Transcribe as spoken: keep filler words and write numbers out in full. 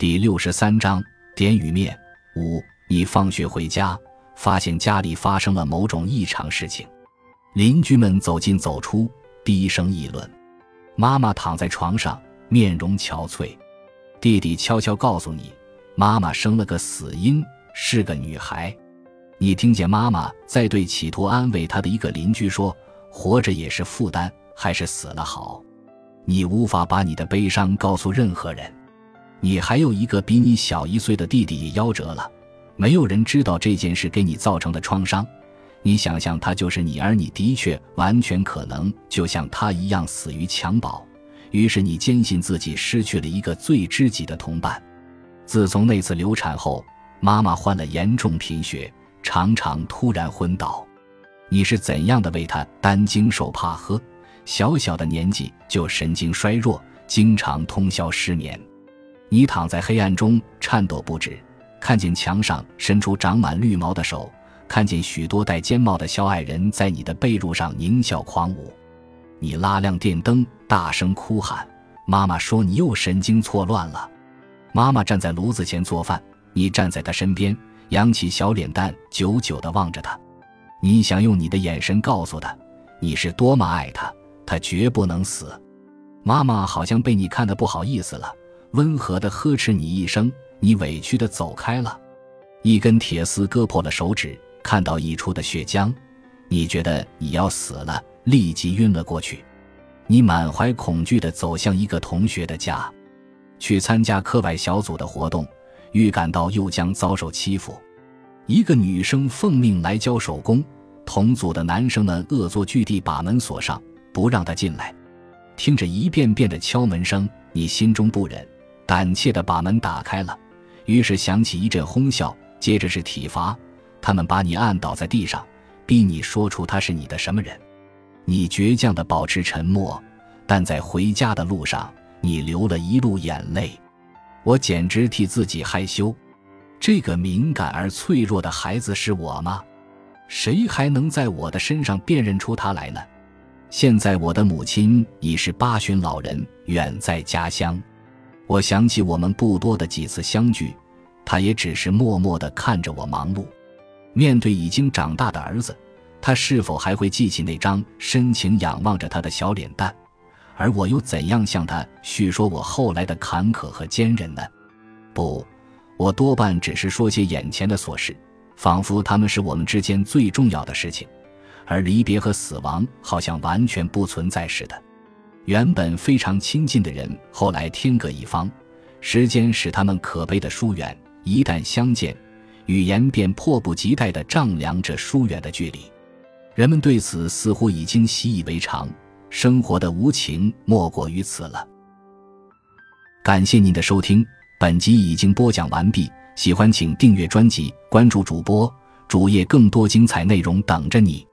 第六十三章点与面。五，你放学回家，发现家里发生了某种异常事情。邻居们走进走出，低声议论。妈妈躺在床上，面容憔悴。弟弟悄悄告诉你，妈妈生了个死婴，是个女孩。你听见妈妈在对企图安慰她的一个邻居说，活着也是负担，还是死了好。你无法把你的悲伤告诉任何人。你还有一个比你小一岁的弟弟也夭折了，没有人知道这件事给你造成的创伤。你想象他就是你，而你的确完全可能就像他一样死于襁褓。于是你坚信自己失去了一个最知己的同伴。自从那次流产后，妈妈患了严重贫血，常常突然昏倒。你是怎样的为她担惊受怕呵？小小的年纪就神经衰弱，经常通宵失眠。你躺在黑暗中颤抖不止，看见墙上伸出长满绿毛的手，看见许多戴尖帽的小矮人在你的被褥上狞笑狂舞。你拉亮电灯，大声哭喊，妈妈说你又神经错乱了。妈妈站在炉子前做饭，你站在她身边，扬起小脸蛋，久久地望着她。你想用你的眼神告诉她，你是多么爱她，她绝不能死。妈妈好像被你看得不好意思了，温和地呵斥你一声，你委屈地走开了。一根铁丝割破了手指，看到溢出的血浆，你觉得你要死了，立即晕了过去。你满怀恐惧地走向一个同学的家，去参加课外小组的活动，预感到又将遭受欺负。一个女生奉命来教手工，同组的男生们恶作剧地把门锁上，不让她进来。听着一遍遍的敲门声，你心中不忍，胆怯地把门打开了。于是响起一阵哄笑，接着是体罚，他们把你按倒在地上，逼你说出他是你的什么人。你倔强地保持沉默，但在回家的路上，你流了一路眼泪。我简直替自己害羞。这个敏感而脆弱的孩子是我吗？谁还能在我的身上辨认出他来呢？现在我的母亲已是八旬老人，远在家乡。我想起我们不多的几次相聚，她也只是默默地看着我忙碌。面对已经长大的儿子，他是否还会记起那张深情仰望着他的小脸蛋？而我又怎样向他叙说我后来的坎坷和坚韧呢？不，我多半只是说些眼前的琐事，仿佛他们是我们之间最重要的事情，而离别和死亡好像完全不存在似的。原本非常亲近的人，后来天各一方，时间使他们可悲的疏远，一旦相见，语言便迫不及待地丈量着疏远的距离。人们对此似乎已经习以为常，生活的无情莫过于此了。感谢您的收听，本集已经播讲完毕，喜欢请订阅专辑，关注主播，主页更多精彩内容等着你。